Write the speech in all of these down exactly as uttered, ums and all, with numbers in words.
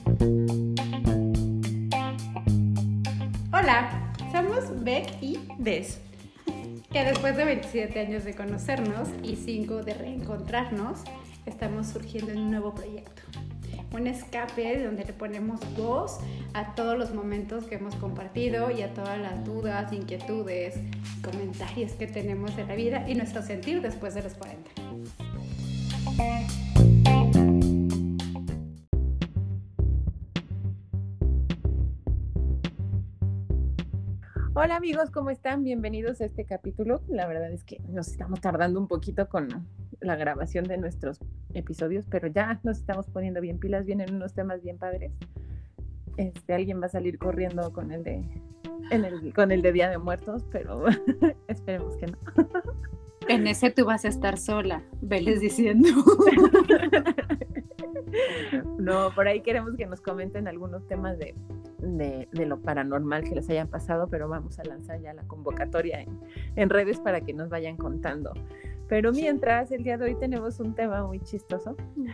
Hola, somos Beck y Des, que después de veintisiete años de conocernos y cinco de reencontrarnos, estamos surgiendo en un nuevo proyecto. Un escape donde le ponemos voz a todos los momentos que hemos compartido y a todas las dudas, inquietudes, comentarios que tenemos de la vida y nuestro sentir después de los cuarenta. Hola amigos, ¿cómo están? Bienvenidos a este capítulo. La verdad es que nos estamos tardando un poquito con la grabación de nuestros episodios, pero ya nos estamos poniendo bien pilas, vienen unos temas bien padres. Este, alguien va a salir corriendo con el de, en el, con el de Día de Muertos, pero esperemos que no. En ese tú vas a estar sola, veles diciendo. No, por ahí queremos que nos comenten algunos temas de, de, de lo paranormal que les hayan pasado, pero vamos a lanzar ya la convocatoria en, en redes para que nos vayan contando. Pero mientras, el día de hoy tenemos un tema muy chistoso.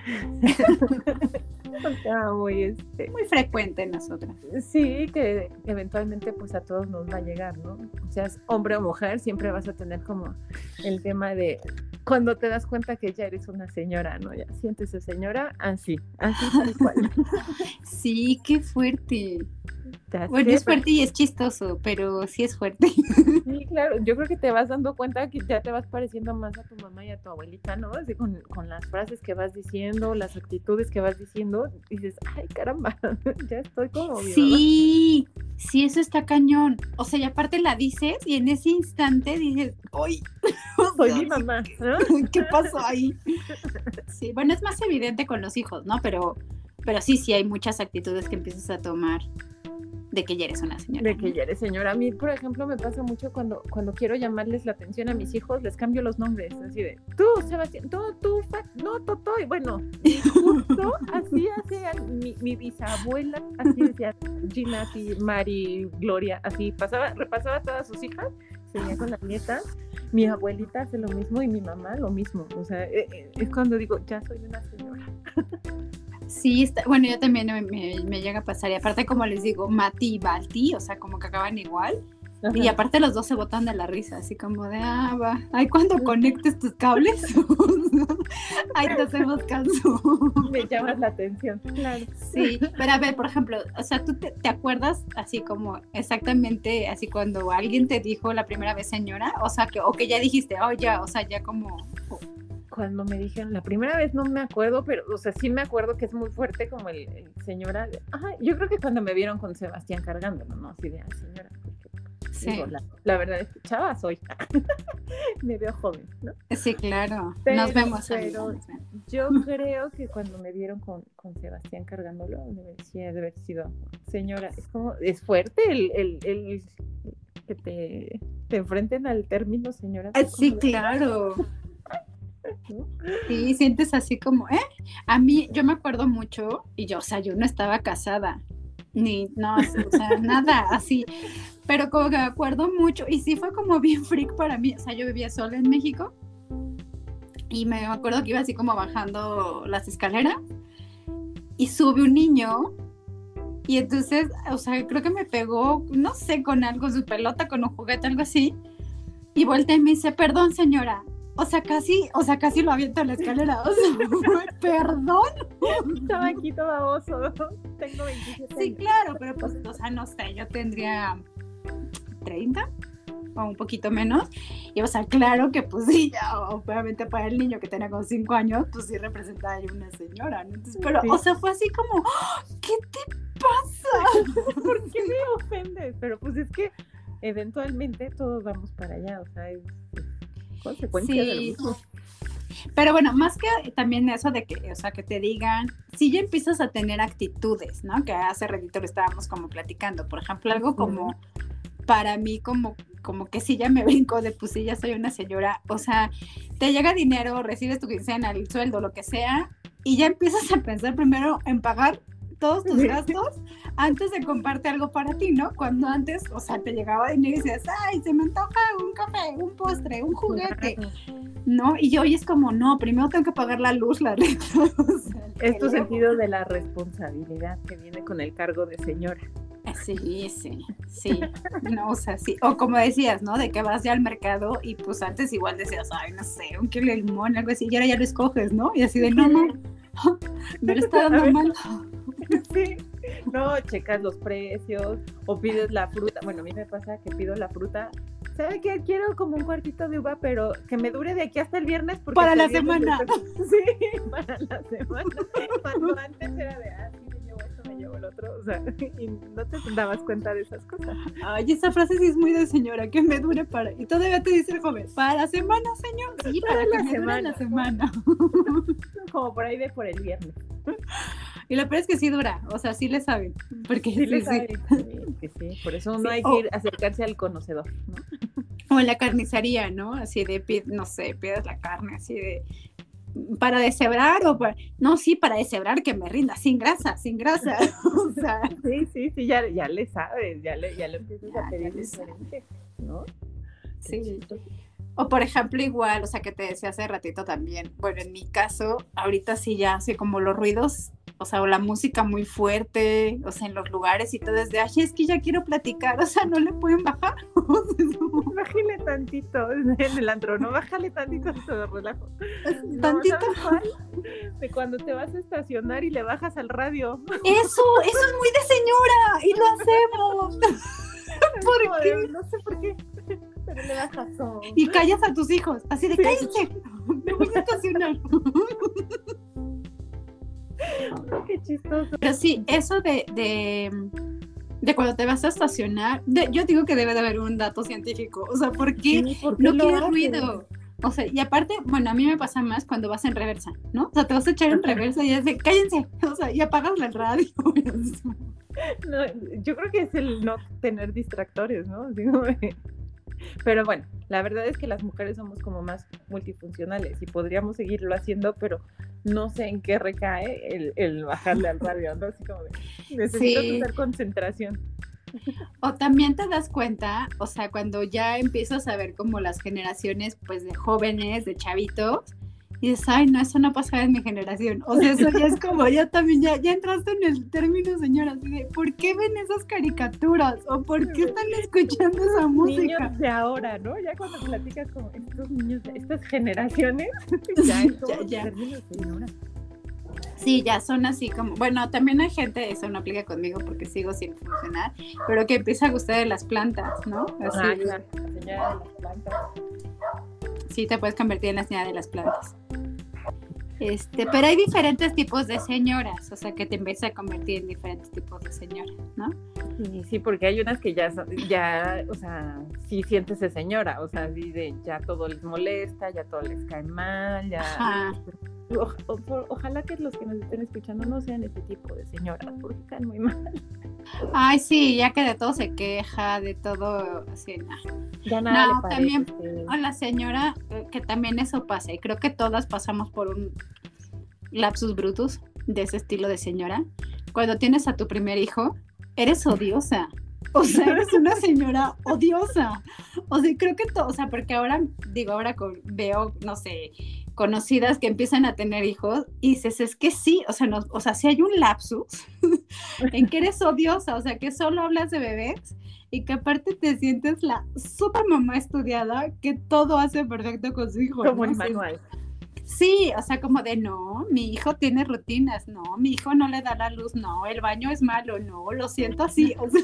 Un tema muy, este, muy frecuente en nosotras. Sí, que eventualmente pues a todos nos va a llegar, ¿no? Seas hombre o mujer, siempre vas a tener como el tema de cuando te das cuenta que ya eres una señora, ¿no? Ya siéntese señora, así, así tal cual. Sí, qué fuerte. Bueno, es fuerte y es chistoso, pero sí es fuerte. Sí, claro, yo creo que te vas dando cuenta que ya te vas pareciendo más a tu mamá y a tu abuelita, ¿no? Así con, con las frases que vas diciendo, las actitudes que vas diciendo, dices, ay, caramba, ya estoy como mi Sí, mamá. Sí, eso está cañón. O sea, y aparte la dices y en ese instante dices, ¡ay! Soy mi mamá, ¿no? ¿Qué pasó ahí? Sí, bueno, es más evidente con los hijos, ¿no? Pero, pero sí, sí hay muchas actitudes que empiezas a tomar de que ya eres una señora. De que ¿no? ya eres señora. A mí, por ejemplo, me pasa mucho cuando, cuando quiero llamarles la atención a mis hijos, les cambio los nombres, así de, tú, Sebastián, tú, tú, no, Totoy, bueno, justo así hace mi, mi bisabuela, así decía Gina, así, Mari, Gloria, así, pasaba, repasaba a todas sus hijas, seguía con las nietas, mi abuelita hace lo mismo y mi mamá lo mismo, o sea, es cuando digo, ya soy una señora. Sí, está, bueno, yo también me, me, me llega a pasar, y aparte como les digo, Mati y Balti, o sea, como que acaban igual, ajá. Y aparte los dos se botan de la risa, así como de, ah, va, ay, cuando conectes tus cables, ahí te hacemos caso. Me llamas la atención, claro. Sí, pero a ver, por ejemplo, o sea, ¿tú te, te acuerdas así como exactamente, así cuando alguien te dijo la primera vez señora? O sea, que, o que ya dijiste, oh, ya, o sea, ya como... Oh. Cuando me dijeron, la primera vez no me acuerdo, pero, o sea, sí me acuerdo que es muy fuerte como el, el señora, de, ajá, yo creo que cuando me vieron con Sebastián cargándolo, ¿no? Así de, ay, señora, porque, sí. Digo, la, la verdad es que chava soy, me veo joven, ¿no? Sí, claro, pero, nos vemos. Pero amigos. Yo creo que cuando me vieron con, con Sebastián cargándolo, debe, sí, debe haber sido, señora, es como, es fuerte el, el, el que te, te enfrenten al término señora. Sí, claro. Sí, sientes así como, ¿eh? A mí, yo me acuerdo mucho, y yo, o sea, yo no estaba casada, ni, no, o sea, nada, así, pero como que me acuerdo mucho, y sí fue como bien freak para mí, o sea, yo vivía sola en México, y me acuerdo que iba así como bajando las escaleras, y sube un niño, y entonces, o sea, creo que me pegó, no sé, con algo, su pelota, con un juguete, algo así, y volteé y me dice, perdón señora. O sea, casi, o sea, casi lo aviento a la escalera. O sea, perdón. Estaba aquí todo baboso. Tengo veintisiete Sí, claro, pero pues, o sea, no sé, yo tendría treinta o un poquito menos. Y, o sea, claro que pues sí, ya, obviamente para el niño que tenía como cinco años, pues sí representaba yo una señora, ¿no? Entonces, pero, sí. O sea, fue así como, ¿qué te pasa? ¿Por qué me ofendes? Pero pues es que eventualmente todos vamos para allá, o sea, es... consecuencia sí. de lo mismo. Pero bueno, más que también eso de que, o sea, que te digan, si ya empiezas a tener actitudes, ¿no? Que hace ratito lo estábamos como platicando, por ejemplo, algo como, uh-huh. para mí como, como que si ya me brinco de, pues sí, ya soy una señora, o sea, te llega dinero, recibes tu quincena, el sueldo, lo que sea, y ya empiezas a pensar primero en pagar todos tus gastos antes de comprarte algo para ti, ¿no? Cuando antes, o sea, te llegaba dinero y decías, ay, se me antoja un café, un postre, un juguete, ¿no? Y hoy es como, no, primero tengo que pagar la luz, la renta. O sea, es tu sentido de la responsabilidad que viene con el cargo de señora. Sí, sí, sí, no, o sea, sí, o como decías, ¿no? De que vas ya al mercado y pues antes igual decías, ay, no sé, un kilo de limón, algo así, y ahora ya lo escoges, ¿no? Y así de, no, no, me lo está dando mal. Sí, no, checas los precios o pides la fruta, bueno, a mí me pasa que pido la fruta, ¿sabe qué? Quiero como un cuartito de uva, pero que me dure de aquí hasta el viernes. Porque para la semana. Después... Sí, para la semana, cuando antes era de, ah, sí, me llevo esto, me llevo el otro, o sea, y no te dabas cuenta de esas cosas. Ay, esa frase sí es muy de señora, que me dure para, y todavía te dice el joven, para la semana, señor, sí, para, para que la me semana. Dure la semana. Como por ahí de por el viernes. Y lo peor es que sí dura, o sea, sí le saben, porque sí, sí le saben, sí. Sí, sí, por eso uno sí, hay que ir, acercarse al conocedor, ¿no? O en la carnicería, ¿no? Así de, no sé, pides la carne, así de, para deshebrar o para, no, sí, para deshebrar que me rinda, sin grasa, sin grasa, o sea. Sí, sí, sí, ya, ya le sabes, ya le, ya le empiezas ya, a pedir diferente, ¿no? Sí. O por ejemplo igual, o sea, que te decía hace ratito también, bueno, en mi caso, ahorita sí ya hace como los ruidos, o sea, o la música muy fuerte, o sea, en los lugares y todo es de, ay, es que ya quiero platicar, o sea, no le pueden bajar. Bájale tantito, en el antro, no, bájale tantito, se lo relajo. Tantito. No, de cuando te vas a estacionar y le bajas al radio. Eso, eso es muy de señora, y lo hacemos. ¿Por qué? No sé por qué. Pero le bajas todo. Y callas a tus hijos, así de, sí. Cállense, me voy a estacionar. Qué chistoso. Pero sí, eso de, de, de cuando te vas a estacionar, de, yo digo que debe de haber un dato científico, o sea, ¿por qué, sí, ¿por qué no quieres ruido? O sea, y aparte, bueno, a mí me pasa más cuando vas en reversa, ¿no? O sea, te vas a echar en reversa y es de, cállense, o sea, y apagas la radio. No, yo creo que es el no tener distractores, ¿no? Digo, pero bueno, la verdad es que las mujeres somos como más multifuncionales y podríamos seguirlo haciendo, pero no sé en qué recae el, el bajarle al radio, ¿no? Así como de, necesito sí. tener concentración. O también te das cuenta, o sea, cuando ya empiezas a ver como las generaciones, pues, de jóvenes, de chavitos, y dices, ay, no, eso no pasaba en mi generación. O sea, eso ya es como, ya también, ya, ya entraste en el término, señora, así de, ¿por qué ven esas caricaturas? ¿O por qué están escuchando esa música? Niños de ahora, ¿no? Ya cuando platicas como estos niños, de estas generaciones, ya es como ya, ya. término, señora. Sí, ya son así como, bueno, también hay gente, eso no aplica conmigo porque sigo sin funcionar, pero que empieza a gustar de las plantas, ¿no? Así, ah, claro, la señora de las plantas. Sí, te puedes convertir en la señora de las plantas. Este, pero hay diferentes tipos de señoras, o sea, que te empieza a convertir en diferentes tipos de señoras, ¿no? Sí, sí, porque hay unas que ya, ya, o sea, sí sientes de señora, o sea, sí de ya todo les molesta, ya todo les cae mal, ya... Ajá. O, o, ojalá que los que nos estén escuchando no sean ese tipo de señoras, porque caen muy mal. Ay, sí, ya que de todo se queja, de todo, así, no. Ya nada no, le parece, también, este... a la señora, que también eso pasa, y creo que todas pasamos por un lapsus brutus de ese estilo de señora. Cuando tienes a tu primer hijo, eres odiosa. O sea, eres una señora odiosa. O sea, creo que todo, o sea, porque ahora, digo, ahora con, veo, no sé, conocidas que empiezan a tener hijos y dices, es que sí, o sea, no, o sea, sí hay un lapsus en que eres odiosa, o sea, que solo hablas de bebés y que aparte te sientes la super mamá estudiada que todo hace perfecto con su hijo. Como ¿no? el manual. Sí, o sea, como de no, mi hijo tiene rutinas, no, mi hijo no le da la luz, no, el baño es malo, no, lo siento así, o sea.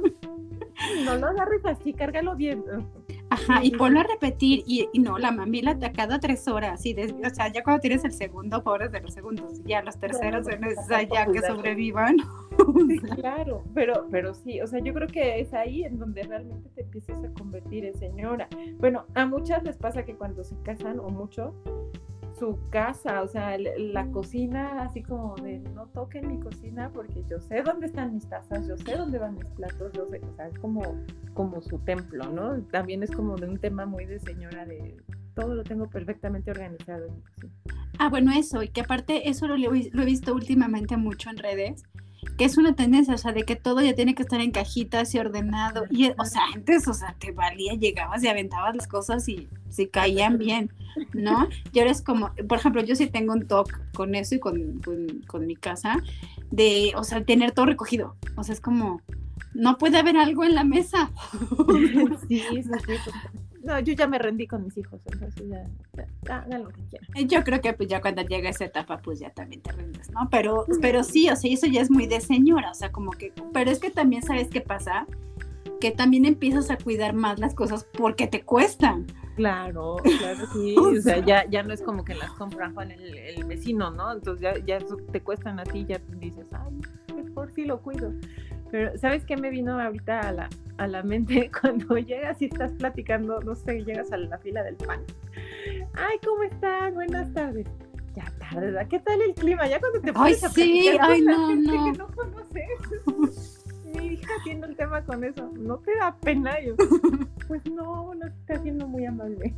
No lo agarres así, cárgalo bien. Ajá, y ponlo a repetir, y, y no, la mamila cada tres horas, y des, o sea, ya cuando tienes el segundo, pobres de los segundos, ya los terceros, bueno, es ya que sobrevivan. Sí, claro, pero, pero sí, o sea, yo creo que es ahí en donde realmente te empiezas a convertir en señora. Bueno, a muchas les pasa que cuando se casan, o mucho, su casa, o sea, la cocina, así como de no toquen mi cocina porque yo sé dónde están mis tazas, yo sé dónde van mis platos, yo sé, o sea, es como, como su templo, ¿no? También es como de un tema muy de señora, de todo lo tengo perfectamente organizado en mi cocina. Ah, bueno, eso, y que aparte eso lo, lo he visto últimamente mucho en redes, que es una tendencia, o sea, de que todo ya tiene que estar en cajitas y ordenado, y, o sea, antes, o sea, te valía, llegabas y aventabas las cosas y si caían bien, ¿no? Y ahora es como, por ejemplo, yo sí tengo un toque con eso y con, con, con mi casa, de, o sea, tener todo recogido, o sea, es como, no puede haber algo en la mesa. Sí, sí, sí. No, yo ya me rendí con mis hijos, entonces ya, ya, ya hagan lo que quieran. Yo creo que pues ya cuando llega esa etapa, pues ya también te rindes, ¿no? Pero, pero sí, o sea, eso ya es muy de señora, o sea, como que, pero es que también, ¿sabes qué pasa? Que también empiezas a cuidar más las cosas porque te cuestan. Claro, claro, sí, o sea, ya, ya no es como que las compra Juan el, el vecino, ¿no? Entonces ya, ya eso te cuestan a ti, ya dices, ay, mejor sí lo cuido. Pero, ¿sabes qué me vino ahorita a la, a la mente? Cuando llegas y estás platicando, no sé, llegas a la fila del pan. Ay, ¿cómo estás? Buenas tardes. Ya tarde, ¿verdad? ¿Qué tal el clima? Ya cuando te pones ay, a sí, platicar ay, con la no, gente no. que no conoces. Mi hija haciendo el tema con eso, ¿no te da pena? Yo, pues no, no está siendo muy amable.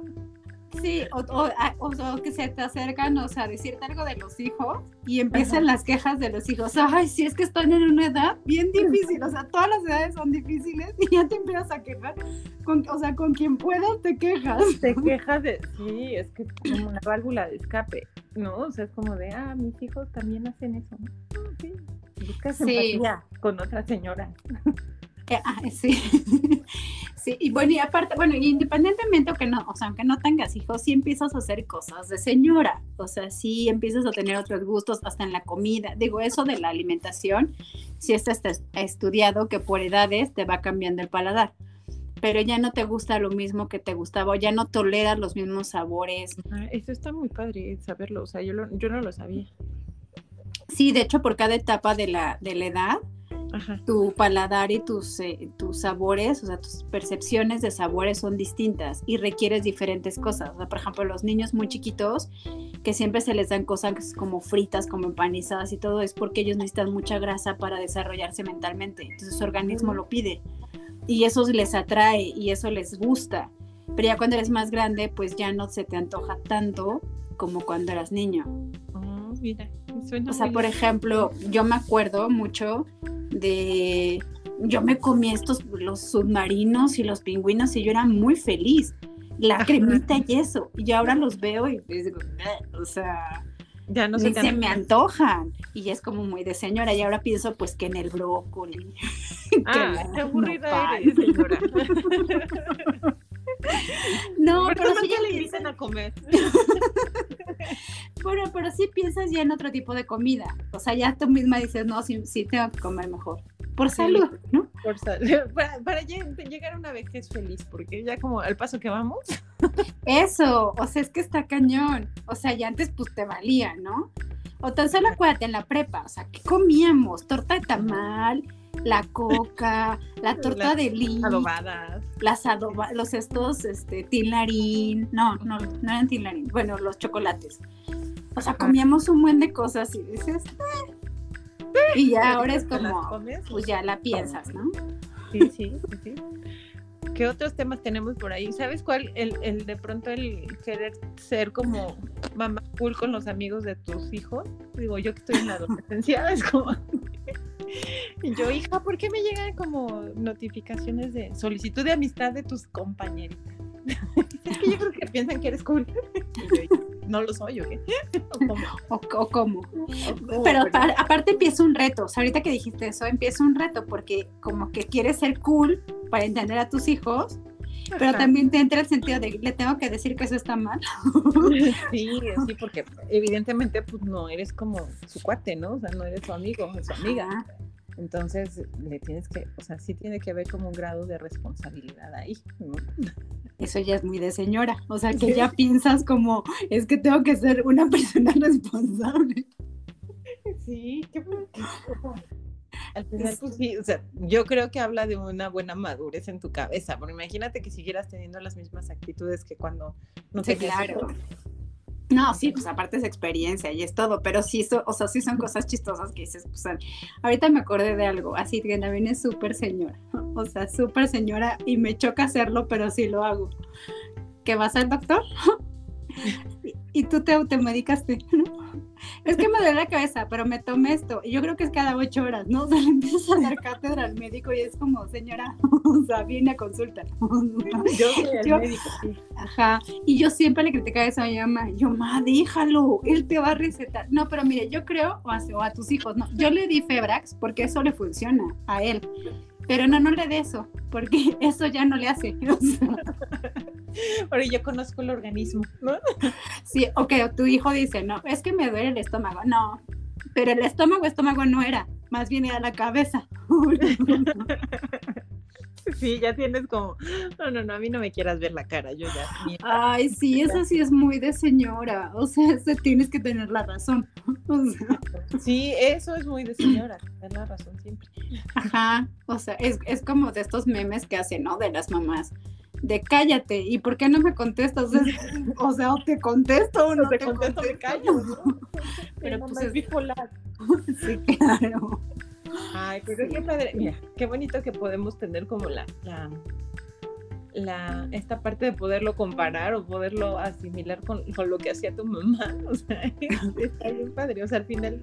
Sí, o, o, o, o que se te acercan, o sea, decirte algo de los hijos y empiezan Ajá. las quejas de los hijos. Ay, sí, es que están en una edad bien difícil, o sea, todas las edades son difíciles y ya te empiezas a quejar. Con, o sea, con quien puedas te quejas. Te quejas de, sí, es que es como una válvula de escape, ¿no? O sea, es como de, ah, mis hijos también hacen eso, ¿no? Sí, buscas sí. empatía con otra señora. Eh, ah, sí. Sí, y bueno, y aparte, bueno, independientemente que no, o sea, aunque no tengas hijos, sí empiezas a hacer cosas de señora, o sea, sí empiezas a tener otros gustos hasta en la comida. Digo, eso de la alimentación, sí está, está estudiado que por edades te va cambiando el paladar, pero ya no te gusta lo mismo que te gustaba, o ya no toleras los mismos sabores. Ah, eso está muy padre saberlo, o sea, yo, lo, yo no lo sabía. Sí, de hecho, por cada etapa de la, de la edad, Ajá. tu paladar y tus, eh, tus sabores, o sea, tus percepciones de sabores son distintas y requieres diferentes cosas. O sea, por ejemplo, los niños muy chiquitos, que siempre se les dan cosas como fritas, como empanizadas y todo, es porque ellos necesitan mucha grasa para desarrollarse mentalmente. Entonces su organismo uh-huh. lo pide y eso les atrae y eso les gusta. Pero ya cuando eres más grande, pues ya no se te antoja tanto como cuando eras niño. Oh, mira, suena o sea, por ejemplo, yo me acuerdo mucho de, yo me comí estos, los submarinos y los pingüinos y yo era muy feliz, la cremita y eso, y ahora los veo y digo, o sea, ya no ni se me antojan, y ya es como muy de señora, y ahora pienso pues que en el brócoli, ah, qué aburrida eres, señora. No, pero sí ya le invitan a comer. Bueno, pero sí piensas ya en otro tipo de comida. O sea, ya tú misma dices, no, sí, sí tengo que comer mejor. Por salud, sí, ¿no? Por salud. Para, para llegar a una vejez feliz, porque ya como al paso que vamos. Eso, o sea, es que está cañón. O sea, ya antes pues te valía, ¿no? O tan solo acuérdate en la prepa, o sea, ¿qué comíamos? Torta de tamal, la coca, la torta las de lis, adobadas, las adobadas, los estos, este, tilarín, no, no, no eran tilarín, bueno, los chocolates. O sea, comíamos un buen de cosas y dices, eh. y ya ahora es como, pues ya la piensas, ¿no? Sí, sí, sí, sí. ¿Qué otros temas tenemos por ahí? ¿Sabes cuál? El, el de pronto el querer ser como mamá cool con los amigos de tus hijos. Digo, yo que estoy en la adolescencia, es como... Y yo, hija, ¿por qué me llegan como notificaciones de solicitud de amistad de tus compañeritas? Es que yo creo que piensan que eres cool. Y yo, no lo soy, ¿o qué? ¿O cómo? O, o cómo. O, pero pero... Par, aparte empieza un reto. O sea, ahorita que dijiste eso, empieza un reto porque como que quieres ser cool para entender a tus hijos, ajá, pero también te entra el sentido de, le tengo que decir que eso está mal. Sí, sí, porque evidentemente pues no eres como su cuate, ¿no? O sea, no eres su amigo, es su amiga. Ajá. Entonces le tienes que, o sea, sí tiene que haber como un grado de responsabilidad ahí, ¿no? Eso ya es muy de señora, o sea, que sí, ya piensas como, es que tengo que ser una persona responsable. Sí, qué bueno. Al final, pues sí, o sea, yo creo que habla de una buena madurez en tu cabeza, porque imagínate que siguieras teniendo las mismas actitudes que cuando no sí, tenías. Claro. No, sí, pues aparte es experiencia y es todo, pero sí, so, o sea, sí son cosas chistosas que dices, pues, ahorita me acordé de algo, así que también es súper señora, o sea, súper señora y me choca hacerlo, pero sí lo hago. ¿Que vas al doctor? y, y tú te automedicaste, ¿no? es que me duele la cabeza, pero me tomé esto, y yo creo que es cada ocho horas, ¿no? O sea, le empiezas a dar cátedra al médico y es como, señora, o sea, viene a consulta. Yo soy el Yo- médico, sí. Ajá, y yo siempre le criticaba eso a mi mamá, yo, ma, déjalo, él te va a recetar. No, pero mire, yo creo, o a, o a tus hijos, no, yo le di Febrax porque eso le funciona a él, pero no, no le dé eso, porque eso ya no le hace. O sea, Pero yo conozco el organismo, ¿no? sí, ok, tu hijo dice, no, es que me duele el estómago, no, pero el estómago, estómago no era, más bien era la cabeza. Sí, ya tienes como, no, no, no, a mí no me quieras ver la cara, yo ya. ni- Ay, sí, eso sí es muy de señora, o sea, ese tienes que tener la razón. O sea, Sí, eso es muy de señora, tienes la razón siempre. ajá, o sea, es, es como de estos memes que hacen, ¿no? De las mamás, de cállate, ¿y por qué no me contestas? Es- o sea, o te contesto o no, No te te contesto, me contesto. callo, ¿no? Pero Mi pues mamá es- es bipolar. Sí, claro. Ay, pero qué padre. Mira, qué bonito que podemos tener como la, la, la, esta parte de poderlo comparar o poderlo asimilar con, con lo que hacía tu mamá. O sea, está bien padre. O sea, al final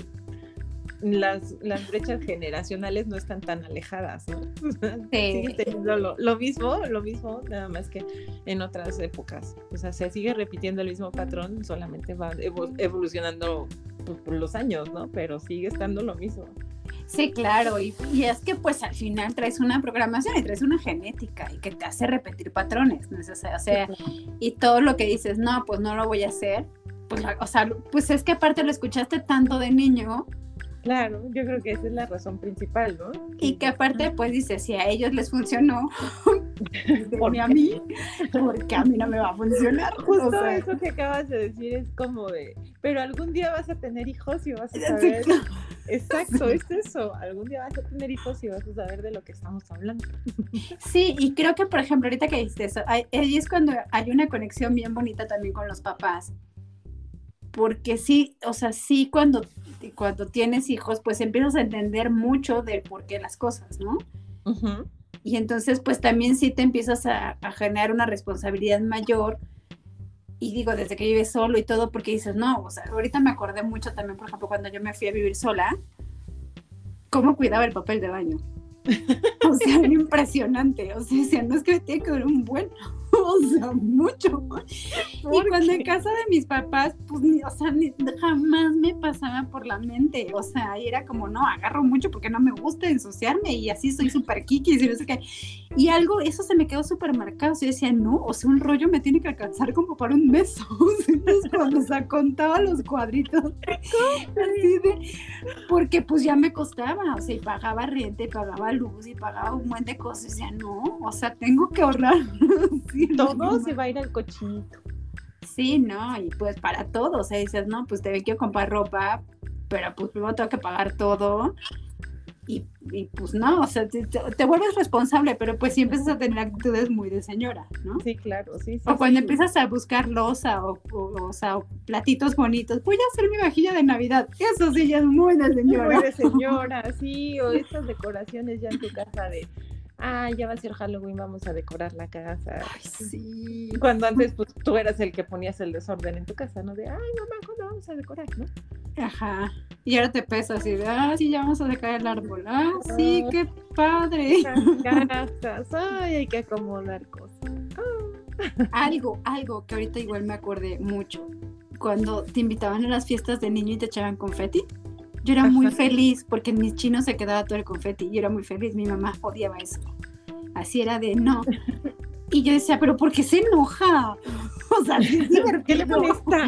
las, las brechas generacionales no están tan alejadas, ¿no? O sea, Sí. sigues teniendo lo, lo mismo, lo mismo, nada más que en otras épocas. O sea, se sigue repitiendo el mismo patrón, solamente va evo- evolucionando por, por los años, ¿no? Pero sigue estando lo mismo. Sí, claro, y, y es que pues al final traes una programación y traes una genética y que te hace repetir patrones, ¿no? O sea, o sea, y todo lo que dices, no, pues no lo voy a hacer, pues, la- o sea, pues es que aparte lo escuchaste tanto de niño Claro, yo creo que esa es la razón principal, ¿no? y que aparte pues dices, si a ellos les funcionó, ¿Por ni a qué? mí, porque a mí no me va a funcionar. Justo O sea, eso que acabas de decir es como de, pero algún día vas a tener hijos y vas a sí, saber. claro. Exacto, es eso. Algún día vas a tener hijos y vas a saber de lo que estamos hablando. Sí, y creo que por ejemplo ahorita que dijiste eso, ahí ahí es cuando hay una conexión bien bonita también con los papás. Porque sí, o sea, sí cuando, cuando tienes hijos, pues empiezas a entender mucho del por qué las cosas, ¿no? Ujú. Y entonces, pues también sí te empiezas a, a generar una responsabilidad mayor. Y digo, desde que vives solo y todo, porque dices, no, o sea, ahorita me acordé mucho también, por ejemplo, cuando yo me fui a vivir sola, cómo cuidaba el papel de baño. O sea, era impresionante. O sea, decía, no es que me tiene que durar un buen, o sea, mucho. Y cuando en casa de mis papás, pues, ni, o sea, ni, jamás me pasaba por la mente. O sea, y era como, no, agarro mucho porque no me gusta ensuciarme y así soy súper kikis y no sé qué. Y algo, eso se me quedó súper marcado. O sea, yo decía, no, o sea, un rollo me tiene que alcanzar como para un mes. O sea, entonces, cuando se contaba los cuadritos, así de, porque pues ya me costaba, o sea, y pagaba renta y pagaba luz y pagaba un buen de cosas. Y decía, no, o sea, tengo que ahorrar. Sí, Todo no, se va a ir al cochinito. sí, no, y pues para todo, o sea, dices, no, pues te quiero comprar ropa, pero pues primero tengo que pagar todo. Y, y pues no, o sea, te, te, te vuelves responsable, pero pues sí empiezas a tener actitudes muy de señora, ¿no? Sí, claro, sí, sí. O cuando sí. empiezas a buscar loza o, o, o sea, o platitos bonitos, voy a hacer mi vajilla de Navidad. Eso sí ya es muy de señora. Muy de señora, sí, o estas decoraciones ya en tu casa de, ah, ya va a ser Halloween, vamos a decorar la casa. Ay, sí. Cuando antes pues tú eras el que ponías el desorden en tu casa, ¿no? De, ay, mamá, ¿cuándo vamos a decorar, no? Ajá. Y ahora te pesa así de, ah, sí, ya vamos a decorar el árbol. Ah, sí, qué padre. Casas, ay, hay que acomodar cosas. Ah. Algo, algo que ahorita igual me acordé mucho. Cuando te invitaban a las fiestas de niño y te echaban confeti. Yo era muy Ajá. feliz porque en mis chinos se quedaba todo el confeti. Y yo era muy feliz. Mi mamá odiaba eso. Así era de no. Y yo decía, ¿pero por qué se enoja? O sea, sí es divertido. ¿Qué le molesta?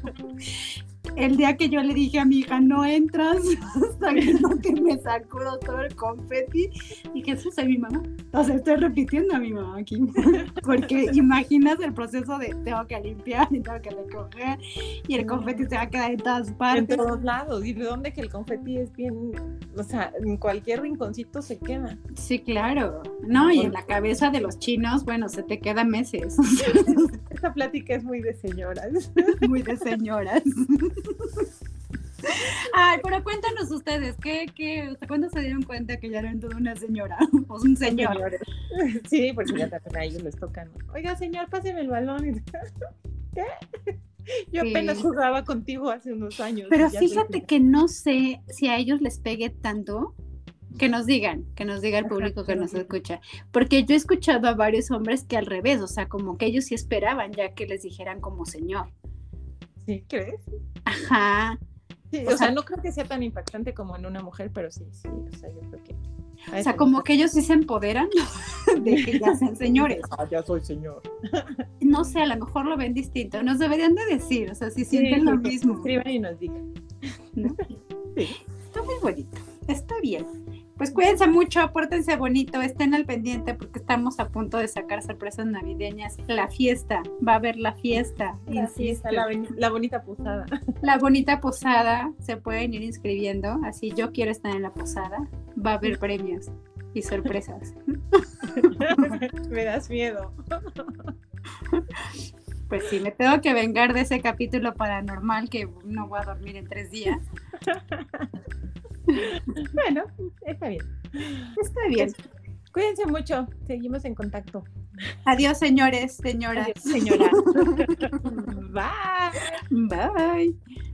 El día que yo le dije a mi hija, no entras, sabiendo que me sacó todo el confeti, y que eso es mi mamá. O sea, estoy repitiendo a mi mamá aquí. Porque imaginas el proceso de tengo que limpiar y tengo que recoger, y el confeti se va a quedar en todas En partes. todos lados. ¿Y de dónde que el confeti es bien? O sea, en cualquier rinconcito se queda. Sí, claro. No, y en la cabeza de los chinos, bueno, se te queda meses. Esta plática es muy de señoras. Muy de señoras. Ay, pero cuéntanos ustedes, ¿qué, qué, ¿cuándo se dieron cuenta que ya eran toda una señora? O un señor. Señores. Sí, porque ya también a ellos les tocan. Oiga, señor, páseme el balón. ¿Qué? Yo Sí. apenas jugaba contigo hace unos años. Pero y ya soy fíjate señora. que no sé si a ellos les pegue tanto, que nos digan, que nos diga el Ajá, público que que nos nos digan. escucha, porque yo he escuchado a varios hombres que al revés, o sea, como que ellos sí esperaban ya que les dijeran como señor. ¿Sí crees? Ajá. Sí, O o sea, sea- no creo que sea tan impactante como en una mujer, pero sí, sí, o sea, yo creo que... a O eso sea, le como pasa. que ellos sí se empoderan de que ya sean señores. Ah, ya soy señor. No sé, a lo mejor lo ven distinto. Nos deberían de decir, o sea, si Sí, sienten lo sí, que mismo. escriban y nos digan. ¿No? Sí. Está muy bonito, está bien. Pues cuídense mucho, pórtense bonito, estén al pendiente porque estamos a punto de sacar sorpresas navideñas. La fiesta, va a haber la fiesta, La insisto. fiesta, la, boni- la bonita posada. La bonita posada, se pueden ir inscribiendo, así yo quiero estar en la posada, va a haber premios y sorpresas. Me das miedo. Pues sí, me tengo que vengar de ese capítulo paranormal que no voy a dormir en tres días. Bueno, está bien. Está bien. Cuídense mucho. Seguimos en contacto. Adiós, señores, señoras. Adiós, señora. Bye. Bye.